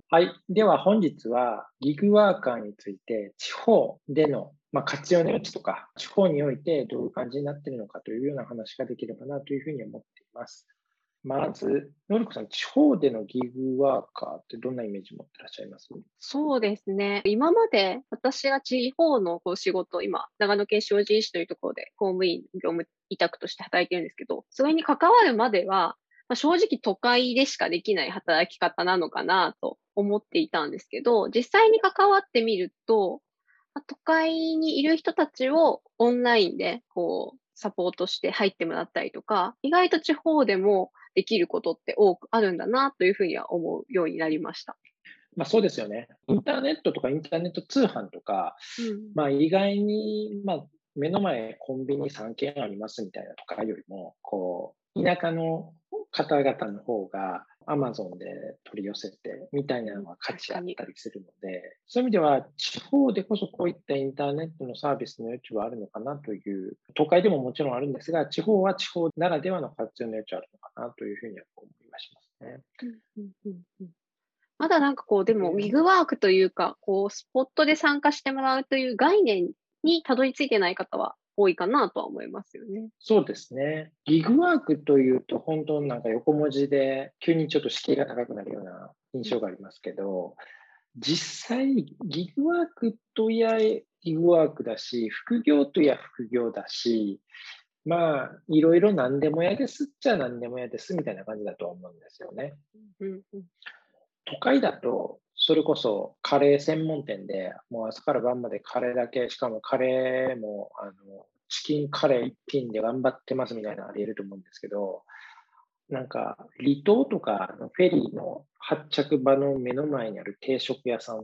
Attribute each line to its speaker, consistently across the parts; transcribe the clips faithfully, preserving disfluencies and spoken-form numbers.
Speaker 1: はい。では本日はギグワーカーについて地方での、まあ、活用の余地とか、地方においてどういう感じになっているのかというような話ができればなというふうに思っています。まず、のりこさん、地方でのギグワーカーってどんなイメージ持ってらっしゃいます？
Speaker 2: そうですね。今まで私が地方のこう仕事、今、長野県塩尻市というところで公務員業務委託として働いてるんですけど、それに関わるまでは、まあ、正直都会でしかできない働き方なのかなと思っていたんですけど、実際に関わってみると、まあ都会にいる人たちをオンラインでこうサポートして入ってもらったりとか、意外と地方でもできることって多くあるんだなというふうには思うようになりました。
Speaker 1: まあ、そうですよね。インターネットとかインターネット通販とか、
Speaker 2: うん。
Speaker 1: まあ、意外に、まあ、目の前コンビニさん軒ありますみたいなとかよりも、こう、田舎の方々の方が Amazon で取り寄せてみたいな
Speaker 2: うん、
Speaker 1: のは価値あっ
Speaker 2: 確かに。
Speaker 1: たりするので、そういう意味では地方でこそこういったインターネットのサービスの余地はあるのかなという、都会でももちろんあるんですが、地方は地方ならではの活用の余地あるのかなというふうには思いはしますね。
Speaker 2: うんうんうんうん。まだなんかこう、でもギ
Speaker 1: で
Speaker 2: グワークというか、こうスポットで参加してもらうという概念にたどり着いてない方は多いかなとは思いますよね。
Speaker 1: そうですね。ギグワークというと、本当なんか横文字で、急にちょっと敷居が高くなるような印
Speaker 2: うん。
Speaker 1: 象がありますけど、実際、ギグワークといやギグワークだし、副業といや副業だし、まあ、いろいろ何でも嫌ですっちゃ何でも嫌ですみたいな感じだと思うんですよね。
Speaker 2: うんうん。
Speaker 1: 都会だと、それこそカレー専門店で、もう朝から晩までカレーだけ、しかもカレーも、あの、チキンカレー一品で頑張ってますみたいなのあり得ると思うんですけど、なんか、離島とかのフェリーの発着場の目の前にある定食屋さんって、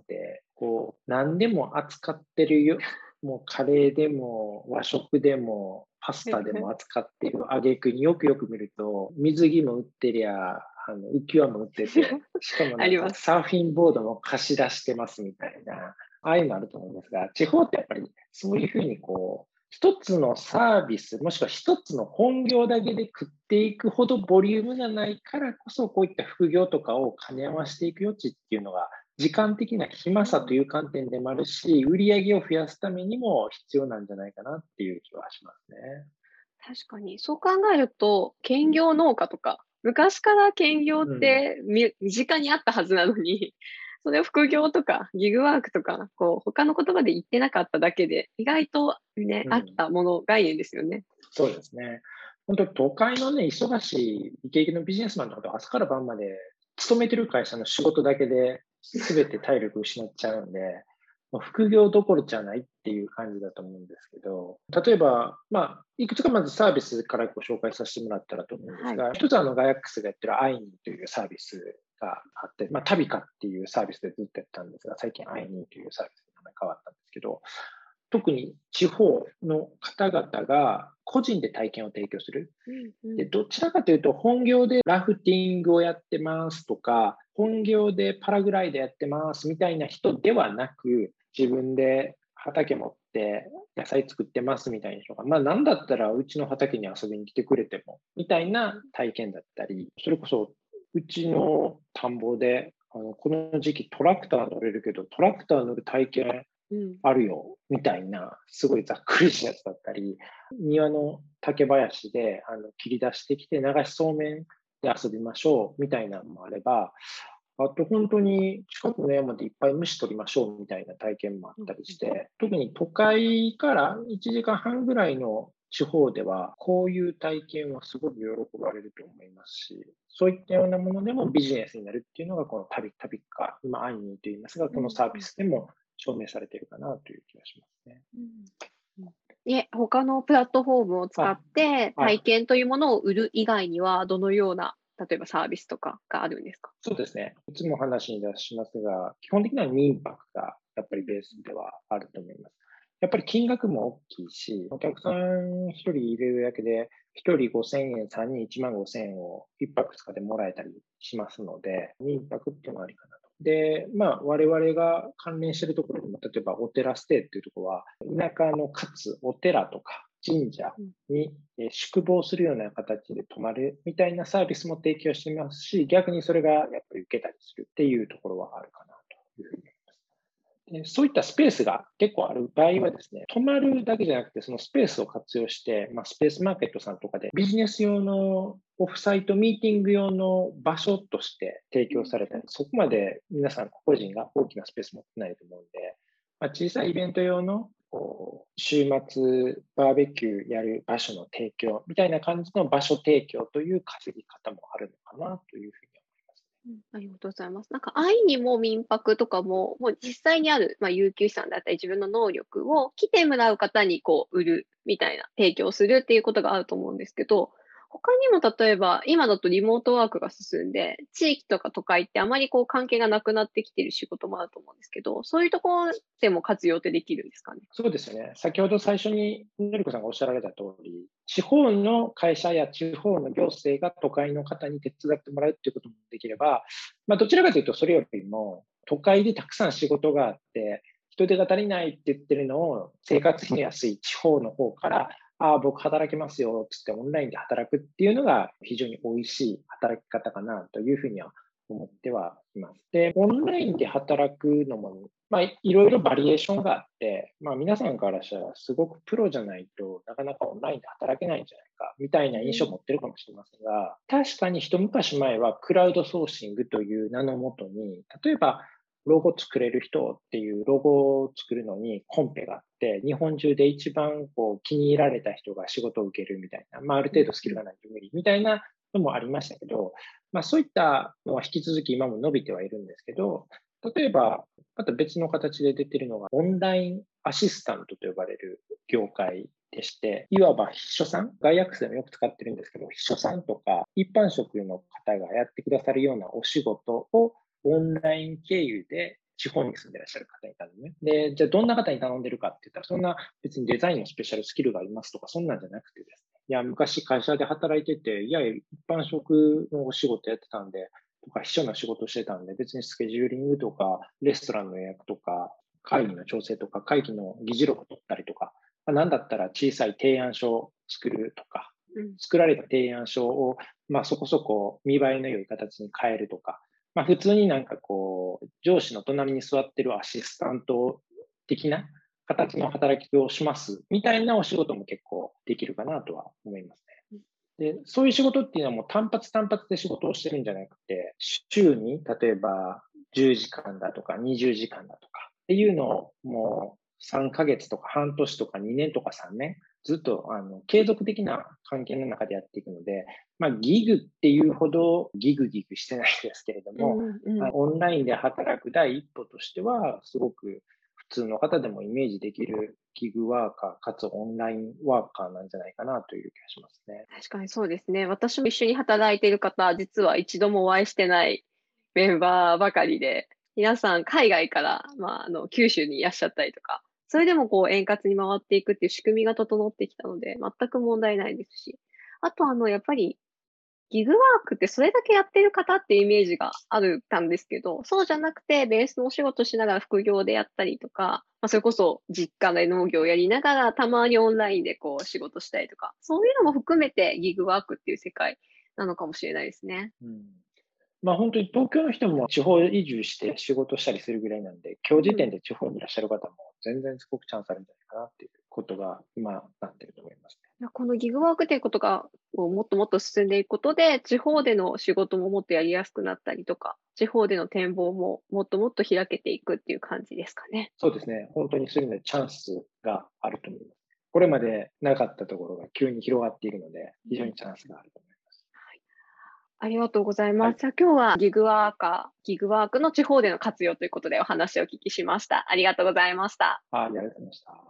Speaker 1: こう、何でも扱ってるよ。もうカレーでも和食でもパスタでも扱っている挙句によくよく見ると、水着も売ってりゃ、あの、浮き輪も売ってて、しかもなんか
Speaker 2: あります。
Speaker 1: サーフィンボードも貸し出してますみたいな、ああいうのあると思うんですが、地方ってやっぱりそういうふうにこう、一つのサービス、もしくは一つの本業だけで食っていくほどボリュームがないからこそ、こういった副業とかを兼ね合わせていく余地っていうのが、時間的な暇さという観点でもあるし、売り上げを増やすためにも必要なんじゃないかなっていう気はしますね。
Speaker 2: 確かに。そう考えると、兼業農家とか、昔から兼業っ
Speaker 1: うん。
Speaker 2: てみ身近にあったはずなのに、それを副業とかギグワークとか、こう他の言葉で言ってなかっただけで、意外とね、あっ
Speaker 1: うん。
Speaker 2: たもの、概念ですよね。
Speaker 1: そうですね。本当都会のね、忙しいイケイケのビジネスマンとかと朝から晩まで勤めてる会社の仕事だけで全て体力失っちゃうんで、もう副業どころじゃないっていう感じだと思うんですけど、例えば、まあ、いくつかまずサービスからご紹介させてもらったらと思うんです
Speaker 2: はい。
Speaker 1: が、一つはあのガヤックスがやってるアイニーというサービスがあって、まあ、タビカっていうサービスでずっとやってたんですが、最近アイニーというサービスに名前変わったんですけど、特に地方の方々が個人で体験を提供する。
Speaker 2: うんう
Speaker 1: で、
Speaker 2: ん。
Speaker 1: どちらかというと、本業でラフティングをやってますとか、本業でパラグライダーやってますみたいな人ではなく、自分で畑持って野菜作ってますみたいな人が、まあなんだったらうちの畑に遊びに来てくれても、みたいな体験だったり、それこそうちの田んぼで、あのこの時期トラクター乗れるけど、トラクター乗る体験
Speaker 2: うん。
Speaker 1: あるよ、みたいな、すごいざっくりしたやつだったり、庭の竹林であの切り出してきて流しそうめんで遊びましょう、みたいなのもあれば、あと本当に近くの山でいっぱい虫取りましょうみたいな体験もあったり
Speaker 2: うんうん。
Speaker 1: して、特に都会からいちじかんはんぐらいの地方では、こういう体験はすごく喜ばれると思いますし、そういったようなものでもビジネスになるっていうのが、この旅、旅か、今、アイニーと言いますが、このサービ
Speaker 2: うんうん。
Speaker 1: スでも証明されているかなという気がしますね。
Speaker 2: うん。うん。え、他のプラットフォームを使っ
Speaker 1: あ、
Speaker 2: て、
Speaker 1: はい。
Speaker 2: 体験というものを売る以外には、どのような、例えばサービスとかがあるんですか？
Speaker 1: そうですね。いつも話に出しますが、基本的には民泊がやっぱりベース
Speaker 2: うんうん。
Speaker 1: ではあると思います。やっぱり金額も大きいし、お客さんひとり入れるだけで、ひとりごせんえん、さんにんいちまんごせんえんをいっぱくふつかでもらえたりしますので、民泊っていうのはありかなと。で、まあ、我々が関連しているところでも、例えばお寺ステイっていうところは、田舎のかつお寺とか、 神社にえー宿坊するような形で泊まるみたいなサービスも提供していますし、逆にそれがやっぱり受けたりするっていうところはあるかなというふうに思います。でそういったスペースが結構ある場合はですね、泊まるだけじゃなくて、そのスペースを活用して、まあ、スペースマーケットさんとかでビジネス用のオフサイトミーティング用の場所として提供されたり、そこまで皆さん個々人が大きなスペース持ってないと思うんで、まあ、小さいイベント用のこう週末バーベキューやる場所の提供みたいな感じの場所提供という稼ぎ方もあるのかなというふうに思います。
Speaker 2: うんありがとうございます。なんか愛にも民泊とかも、もう実際にある、まあ、有給資産だったり自分の能力を来てもらう方にこう売るみたいな、提供するっていうことがあると思うんですけど、他にも例えば今だとリモートワークが進んで、地域とか都会ってあまりこう関係がなくなってきている仕事もあると思うんですけど、そういうところでも活用ってできるんですかね。
Speaker 1: そうですよね。先ほど最初にのりこさんがおっしゃられた通り、地方の会社や地方の行政が都会の方に手伝ってもらうっていうこともできれば、まあ、どちらかというとそれよりも、都会でたくさん仕事があって、人手が足りないって言ってるのを生活費の安い地方の方から、ああ、僕働けますよっつってオンラインで働くっていうのが非常に美味しい働き方かなというふうには思ってはいます。で、オンラインで働くのも、まあ、いろいろバリエーションがあって、まあ、皆さんからしたらすごくプロじゃないとなかなかオンラインで働けないんじゃないかみたいな印象を持ってるかもしれませんが、確かに一昔前はクラウドソーシングという名のもとに、例えばロゴ作れる人っていうロゴを作るのにコンペがあって、日本中で一番こう気に入られた人が仕事を受けるみたいな、まあ、ある程度スキルがないと無理みたいなのもありましたけど、まあ、そういったのは引き続き今も伸びてはいるんですけど、例えば、また別の形で出ているのが、オンラインアシスタントと呼ばれる業界でして、いわば秘書さん、外訳生もよく使ってるんですけど、秘書さんとか一般職の方がやってくださるようなお仕事をオンライン経由で地方に住んでいらっしゃる方に頼むね。で、じゃあどんな方に頼んでるかって言ったら、そんな別にデザインのスペシャルスキルがありますとか、そんなんじゃなくてですね、いや、昔会社で働いてて、いや、一般職のお仕事やってたんで、とか、秘書の仕事してたんで、別にスケジューリングとか、レストランの予約とか、会議の調整とか、会議の議事録取ったりとか、まあ、なんだったら小さい提案書を作るとか、作られた提案書を、まあ、そこそこ見栄えの良い形に変えるとか、まあ、普通になんかこう、上司の隣に座ってるアシスタント的な形の働きをしますみたいなお仕事も結構できるかなとは思いますね。で、そういう仕事っていうのはもう単発単発で仕事をしてるんじゃなくて、週に例えばじゅうじかんだとかにじゅうじかんだとかっていうのをもうさんかげつとか半年とかにねんとかさんねん、ずっとあの継続的な関係の中でやっていくので、まあ、ギグっていうほどギグギグしてないですけれども、
Speaker 2: うんうん、
Speaker 1: オンラインで働く第一歩としては、すごく普通の方でもイメージできるギグワーカーかつオンラインワーカーなんじゃないかなという気がしますね。
Speaker 2: 確かにそうですね。私も一緒に働いている方、実は一度もお会いしてないメンバーばかりで、皆さん海外から、まあ、あの、九州にいらっしゃったりとか、それでもこう円滑に回っていくっていう仕組みが整ってきたので、全く問題ないですし、あとあの、やっぱりギグワークってそれだけやってる方ってイメージがあるたんですけど、そうじゃなくて、ベースのお仕事しながら副業でやったりとか、まあ、それこそ実家で農業をやりながら、たまにオンラインでこう仕事したりとか、そういうのも含めてギグワークっていう世界なのかもしれないですね。
Speaker 1: うんまあ、本当に東京の人も地方移住して仕事したりするぐらいなんで、今日時点で地方にいらっしゃる方も全然すごくチャンスあるんじゃないかなっていうことが今なってると思いますね。
Speaker 2: このギグワークということがこうもっともっと進んでいくことで、地方での仕事ももっとやりやすくなったりとか、地方での展望ももっともっと開けていくっていう感じですかね。
Speaker 1: そうですね。本当にそういうのでチャンスがあると思います。これまでなかったところが急に広がっているので、非常にチャンスがあると思います。
Speaker 2: ありがとうござい
Speaker 1: はい。
Speaker 2: ます。じゃあ今日はギグワーカー、ギグワークの地方での活用ということでお話をお聞きしました。ありがとうございました。
Speaker 1: あ、ありがとうございました。